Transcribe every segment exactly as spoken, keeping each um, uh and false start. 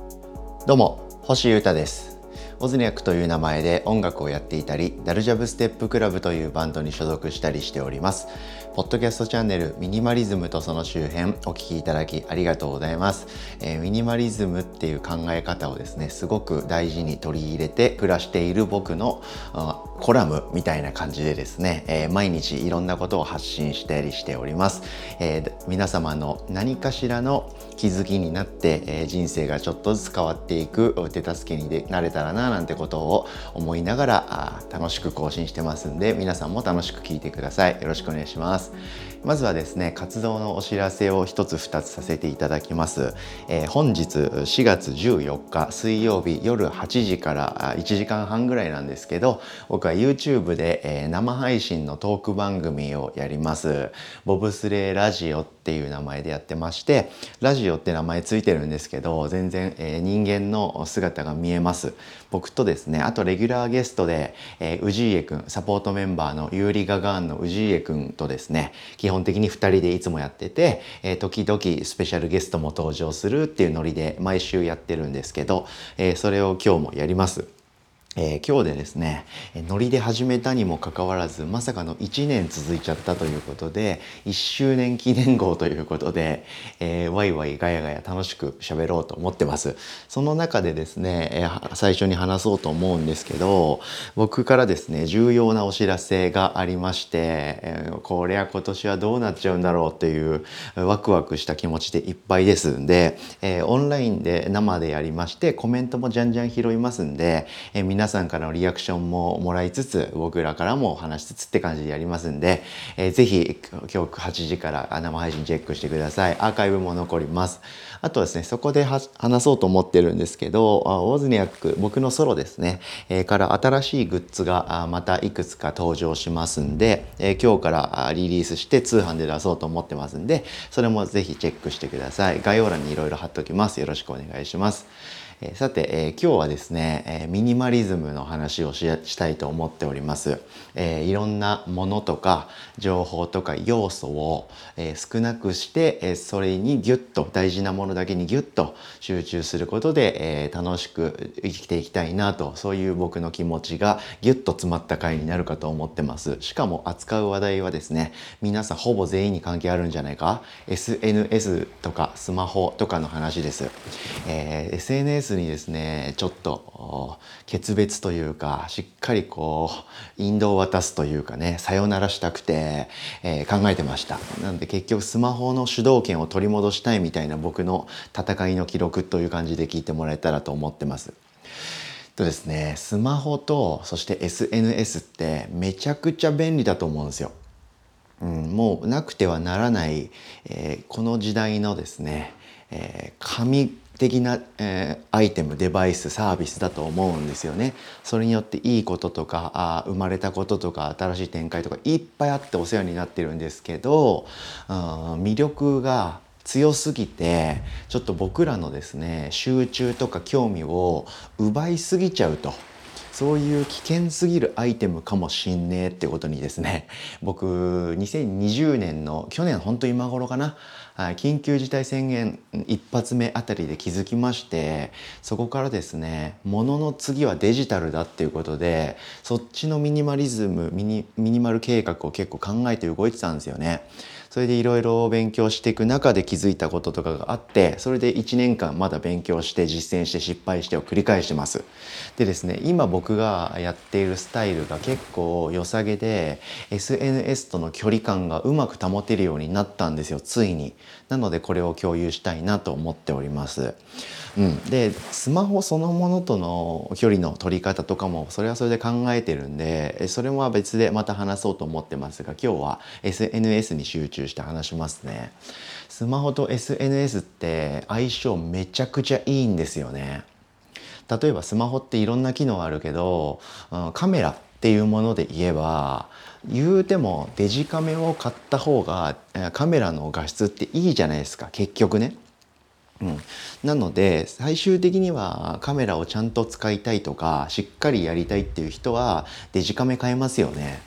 どうも、星優太です。オズニャックという名前で音楽をやっていたり、ダルジャブステップクラブというバンドに所属したりしております。ポッドキャストチャンネルミニマリズムとその周辺お聞きいただきありがとうございます。えー、ミニマリズムっていう考え方をですね、すごく大事に取り入れて暮らしている僕のコラムみたいな感じでですね、えー、毎日いろんなことを発信したりしております。えー、皆様の何かしらの気づきになって、えー、人生がちょっとずつ変わっていく手助けになれたらななんてことを思いながら楽しく更新してますんで、皆さんも楽しく聞いてください。よろしくお願いします。まずはですね、活動のお知らせを一つ二つさせていただきます。えー、本日しがつじゅうよっか水曜日夜はちじからいちじかんはんぐらいなんですけど、僕は YouTube で、えー、生配信のトーク番組をやります。ボブスレーラジオっていう名前でやってまして、ラジオって名前ついてるんですけど、全然、えー、人間の姿が見えます。僕とですね、あとレギュラーゲストで、えー、氏家くん、サポートメンバーのユーリガガーンの氏家くんとですね、基本的にふたりでいつもやってて、えー、時々スペシャルゲストも登場するっていうノリで毎週やってるんですけど、えー、それを今日もやります。えー、今日でですね、ノリで始めたにもかかわらずまさかのいちねん続いちゃったということで、いっしゅうねん記念号ということで、えー、ワイワイガヤガヤ楽しく喋ろうと思ってます。その中でですね、えー、最初に話そうと思うんですけど、僕からですね重要なお知らせがありまして、えー、これは今年はどうなっちゃうんだろうというワクワクした気持ちでいっぱいですんで、えー、オンラインで生でやりまして、コメントもじゃんじゃん拾いますんで、えー、皆さんからのリアクションももらいつつ、僕らからも話しつつって感じでやりますんで、えー、ぜひ今日はちじから生配信チェックしてください。アーカイブも残ります。あとですね、そこで話そうと思ってるんですけど、オズニャック、僕のソロですね、えー、から新しいグッズがまたいくつか登場しますんで、えー、今日からリリースして通販で出そうと思ってますんで、それもぜひチェックしてください。概要欄にいろいろ貼っておきます。よろしくお願いします。えー、さて、えー、今日はですね、えー、ミニマリズムの話を し, したいと思っております。えー、いろんなものとか情報とか要素を、えー、少なくして、えー、それにギュッと大事なものだけにギュッと集中することで、えー、楽しく生きていきたいなと、そういう僕の気持ちがギュッと詰まった回になるかと思ってます。しかも扱う話題はですね、皆さんほぼ全員に関係あるんじゃないか。 エスエヌエス とかスマホとかの話です。えー、エスエヌエス にですねちょっと決別というか、しっかりこう引導を渡すというかね、さよならしたくて、えー、考えてました。なので結局スマホの主導権を取り戻したいみたいな僕の戦いの記録という感じで聞いてもらえたらと思ってます。とですね、スマホとそして エスエヌエス ってめちゃくちゃ便利だと思うんですよ。うん、もうなくてはならない、えー、この時代のですね、えー、神的な、えー、アイテム、デバイス、サービスだと思うんですよね。それによっていいこととか、あ生まれたこととか、新しい展開とかいっぱいあってお世話になってるんですけど、あ魅力が強すぎてちょっと僕らのですね集中とか興味を奪いすぎちゃうと。そういう危険すぎるアイテムかもしんねえってことにですね、僕にせんにじゅうねんの去年ほんと今頃かな、緊急事態宣言一発目あたりで気づきまして、そこからですね、ものの次はデジタルだっていうことで、そっちのミニマリズムミニ、ミニマル計画を結構考えて動いてたんですよね。それでいろいろ勉強していく中で気づいたこととかがあって、それでいちねんかんまだ勉強して実践して失敗してを繰り返してます。でですね、今僕がやっているスタイルが結構良さげで エスエヌエス との距離感がうまく保てるようになったんですよ、ついに。なのでこれを共有したいなと思っております。うん、でスマホそのものとの距離の取り方とかもそれはそれで考えてるんで、それは別でまた話そうと思ってますが、今日は エスエヌエス に集中して話しますね。スマホと エスエヌエス って相性めちゃくちゃいいんですよね。例えばスマホっていろんな機能あるけど、カメラっていうもので言えば言うてもデジカメを買った方がカメラの画質っていいじゃないですか、結局ね。うん、なので最終的にはカメラをちゃんと使いたいとかしっかりやりたいっていう人はデジカメ買えますよね。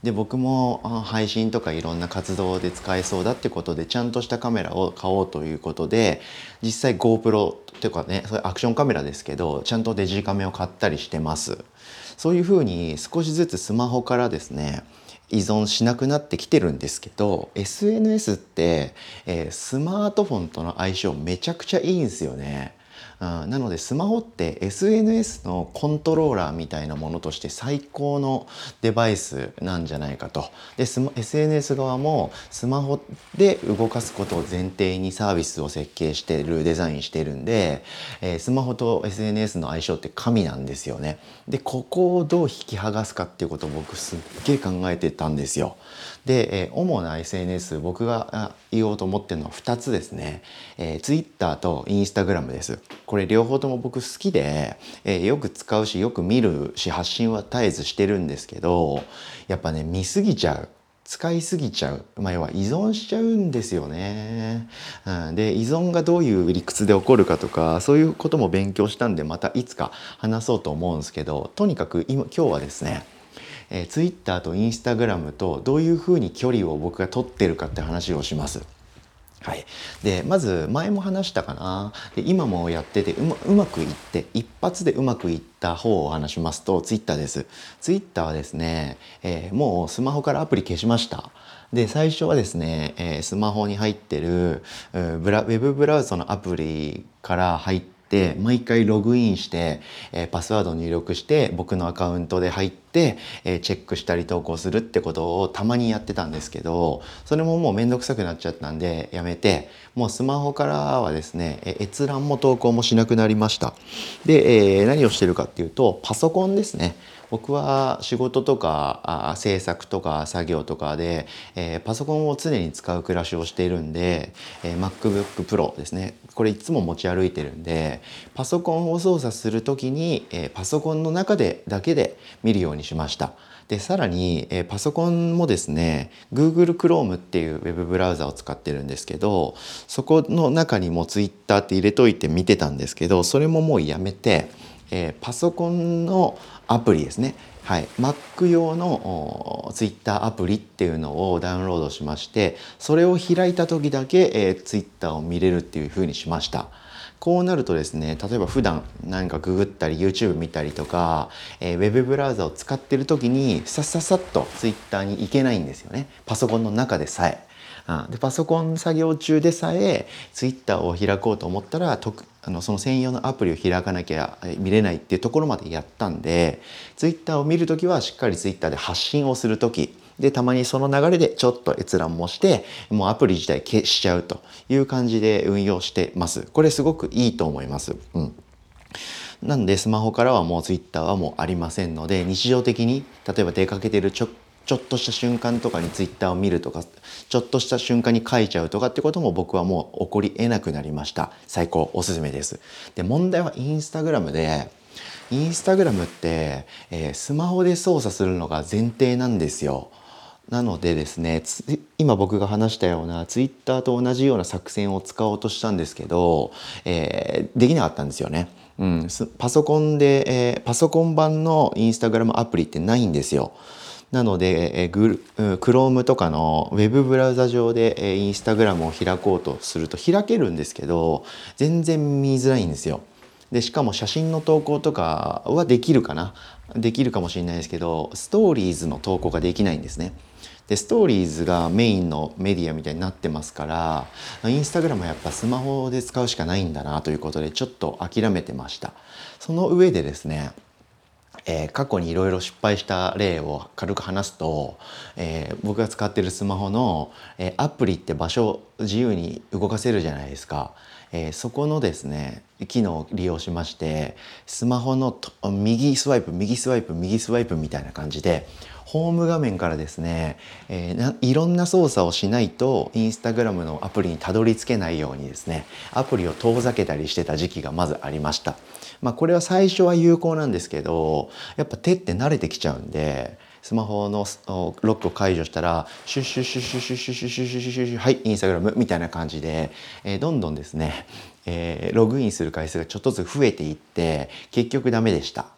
で僕もあ配信とかいろんな活動で使えそうだってことでちゃんとしたカメラを買おうということで、実際 GoPro というかね、それアクションカメラですけどちゃんとデジカメを買ったりしてます。そういうふうに少しずつスマホからですね依存しなくなってきてるんですけど、 エスエヌエスって、えースマートフォンとの相性めちゃくちゃいいんですよね。うん、なのでスマホって エスエヌエス のコントローラーみたいなものとして最高のデバイスなんじゃないかと。でスマ エスエヌエス 側もスマホで動かすことを前提にサービスを設計しているデザインしてるんで、えースマホと エスエヌエス の相性って神なんですよね。でここをどう引き剥がすかっていうことを僕すっげえ考えてたんですよ。で、えー主な エスエヌエス 僕があ言おうと思ってるのはふたつですね。えー、Twitter と Instagram です。これ両方とも僕好きで、えーよく使うしよく見るし発信は絶えずしてるんですけど、やっぱね見すぎちゃう。使いすぎちゃう、まあ、要は依存しちゃうんですよね。うん、で依存がどういう理屈で起こるかとかそういうことも勉強したんでまたいつか話そうと思うんですけど、とにかく今今日はですね、えー、Twitter と Instagram とどういうふうに距離を僕が取ってるかって話をします。はい、でまず前も話したかな。で今もやっててうま、うまくいって一発でうまくいった方を話しますと Twitter です。Twitter はですね、えーもうスマホからアプリ消しました。で最初はですね、えースマホに入ってるうブラウェブブラウザのアプリから入ってで毎回ログインして、えーパスワードを入力して僕のアカウントで入って、えーチェックしたり投稿するってことをたまにやってたんですけど、それももうめんどくさくなっちゃったんでやめて、もうスマホからはですねえー閲覧も投稿もしなくなりました。で、えー何をしてるかっていうとパソコンですね。僕は仕事とかあ制作とか作業とかで、えーパソコンを常に使う暮らしをしているんで、えー MacBook Pro ですね、これいつも持ち歩いてるんでパソコンを操作するときに、えーパソコンの中でだけで見るようにしました。でさらに、えーパソコンもですね Google Chrome っていうウェブブラウザを使ってるんですけど、そこの中にも Twitter って入れといて見てたんですけど、それももうやめて、えーパソコンのアプリですね、はい、Mac 用のお Twitter アプリっていうのをダウンロードしまして、それを開いた時だけ、えー、Twitter を見れるっていう風にしました。こうなるとですね、例えば普段何かググったり YouTube 見たりとか、えー、ウェブブラウザを使ってる時にさっさっさっと Twitter に行けないんですよね、パソコンの中でさえ。あでパソコン作業中でさえ Twitter を開こうと思ったらとあのその専用のアプリを開かなきゃ見れないっていうところまでやったんで、 Twitter を見るときはしっかり Twitter で発信をするときで、たまにその流れでちょっと閲覧もしてもうアプリ自体消しちゃうという感じで運用してます。これすごくいいと思います。うんなんでスマホからはもう Twitter はもうありませんので、日常的に例えば出かけてるちょちょっとした瞬間とかに Twitter を見るとか、ちょっとした瞬間に書いちゃうとかってことも僕はもう起こり得なくなりました。最高おすすめです。で問題はインスタグラムで、インスタグラムって、えースマホで操作するのが前提なんですよ。なのでですね、つ今僕が話したような Twitter と同じような作戦を使おうとしたんですけど、えーできなかったんですよね。うん、すパソコンで、えーパソコン版のインスタグラムアプリってないんですよ。なので、えー、グル、うん Chrome とかのウェブブラウザ上で、えー、インスタグラムを開こうとすると開けるんですけど、全然見づらいんですよ。でしかも写真の投稿とかはできるかなできるかもしれないですけど、ストーリーズの投稿ができないんですね。でストーリーズがメインのメディアみたいになってますから、インスタグラムはやっぱスマホで使うしかないんだなということでちょっと諦めてました。その上でですね、えー過去にいろいろ失敗した例を軽く話すと、えー僕が使ってるスマホの、えーアプリって場所を自由に動かせるじゃないですか。えーそこのですね機能を利用しまして、スマホのと右スワイプ右スワイプ右スワイプみたいな感じでホーム画面からですね、えーないろんな操作をしないとインスタグラムのアプリにたどり着けないようにですね、アプリを遠ざけたりしてた時期がまずありました。まあこれは最初は有効なんですけど、やっぱ手って慣れてきちゃうんで、スマホのおロックを解除したらシュッシュッシュッシュッシュッシュッシュッシュッシュッシュッシュッシュッはいインスタグラムみたいな感じで、えーどんどんですね、えーログインする回数がちょっとずつ増えていって結局ダメでした。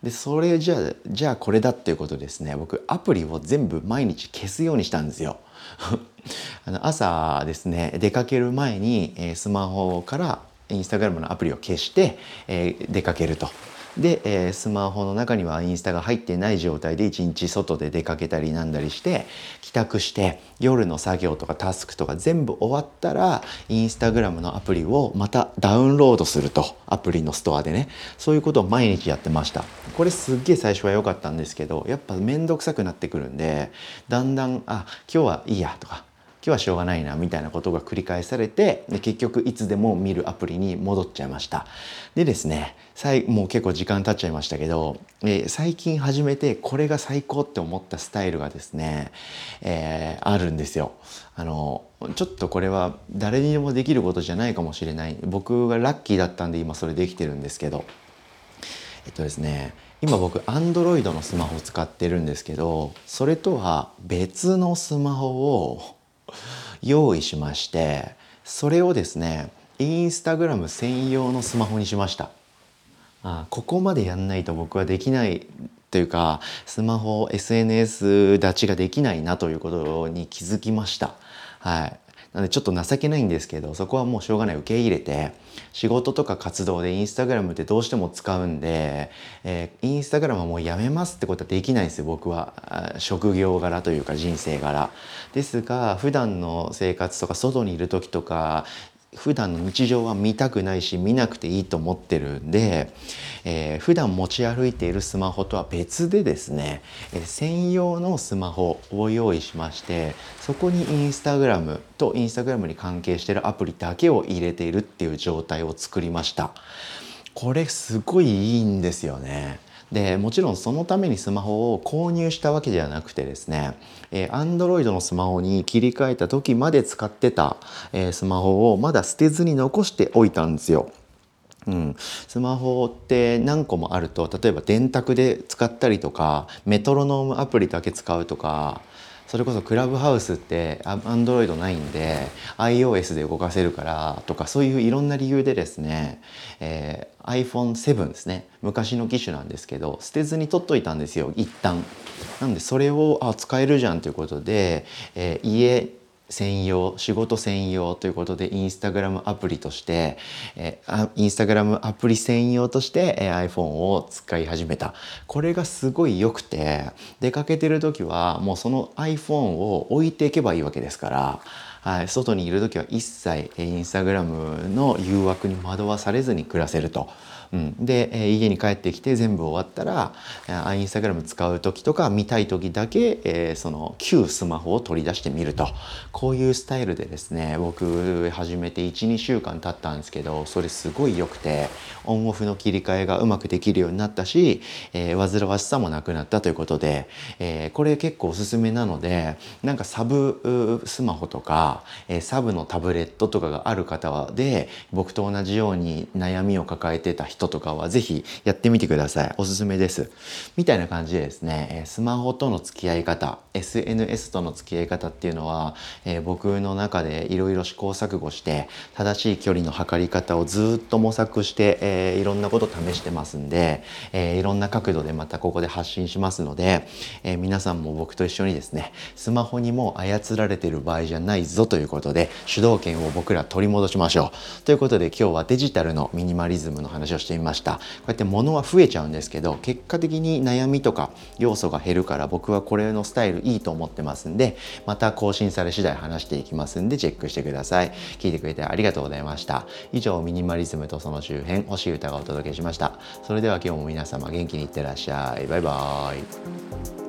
でそれじゃあじゃあこれだっていうことですね、僕アプリを全部毎日消すようにしたんですよ。あの朝ですね、出かける前に、えースマホからインスタグラムのアプリを消して、えー出かけると。で、えースマホの中にはインスタが入ってない状態で一日外で出かけたりなんだりして帰宅して、夜の作業とかタスクとか全部終わったらインスタグラムのアプリをまたダウンロードすると、アプリのストアでね、そういうことを毎日やってました。これすっげえ最初は良かったんですけど、やっぱ面倒くさくなってくるんで、だんだんあ今日はいいやとか今日はしょうがないなみたいなことが繰り返されて、で結局いつでも見るアプリに戻っちゃいました。でですね、もう結構時間経っちゃいましたけど、えー最近始めてこれが最高って思ったスタイルがですね、えーあるんですよ。あのちょっとこれは誰にでもできることじゃないかもしれない、僕がラッキーだったんで今それできてるんですけど、えっとですね今僕 Android のスマホを使ってるんですけど、それとは別のスマホを用意しまして、それをですねインスタグラム専用のスマホにしました。あ、ここまでやんないと僕はできないというか、スマホ エスエヌエス 立ちができないなということに気づきました。はい。なのでちょっと情けないんですけど、そこはもうしょうがない、受け入れて、仕事とか活動でインスタグラムってどうしても使うんで、えーインスタグラムはもうやめますってことはできないんですよ、僕は。あ職業柄というか人生柄。ですが、普段の生活とか外にいる時とか、普段の日常は見たくないし見なくていいと思ってるんで、えー普段持ち歩いているスマホとは別でですね、えー専用のスマホを用意しまして、そこにインスタグラムとインスタグラムに関係しているアプリだけを入れているっていう状態を作りました。これすごいいいんですよね。でもちろんそのためにスマホを購入したわけではなくてですね、えー、Android のスマホに切り替えた時まで使ってた、えースマホをまだ捨てずに残しておいたんですよ。うん、スマホって何個もあると、例えば電卓で使ったりとか、メトロノームアプリだけ使うとか、それこそクラブハウスってあ Android ないんで iOS で動かせるからとか、そういういろんな理由でですね、えー アイフォンセブン ですね、昔の機種なんですけど捨てずに取っといたんですよ、一旦。なんでそれをあ使えるじゃんということで、えー家専用、仕事専用ということでインスタグラムアプリとして、えーあインスタグラムアプリ専用として、えー iPhone を使い始めた。これがすごい良くて、出かけてる時はもうその iPhone を置いていけばいいわけですから、はい、外にいる時は一切インスタグラムの誘惑に惑わされずに暮らせると。うん、で、えー家に帰ってきて全部終わったらあインスタグラム使う時とか見たい時だけ、えーその旧スマホを取り出してみると、こういうスタイルでですね僕始めていちにしゅうかん経ったんですけど、それすごい良くてオンオフの切り替えがうまくできるようになったし、えー煩わしさもなくなったということで、えーこれ結構おすすめなので、なんかサブうスマホとか、えーサブのタブレットとかがある方はで僕と同じように悩みを抱えてた人とかはぜひやってみてください。おすすめです。みたいな感じでですね、えースマホとの付き合い方、 エスエヌエス との付き合い方っていうのは、えー僕の中でいろいろ試行錯誤して正しい距離の測り方をずっと模索して、えーいろんなこと試してますんで、えーいろんな角度でまたここで発信しますので、えー皆さんも僕と一緒にですねスマホにも操られている場合じゃないぞということで、主導権を僕ら取り戻しましょうということで、今日はデジタルのミニマリズムの話をしてみました。こうやって物は増えちゃうんですけど、結果的に悩みとか要素が減るから、僕はこれのスタイルいいと思ってますんで、また更新され次第話していきますんでチェックしてください。聞いてくれてありがとうございました。以上、ミニマリズムとその周辺、星歌がお届けしました。それでは今日も皆様元気にいってらっしゃい。バイバーイ。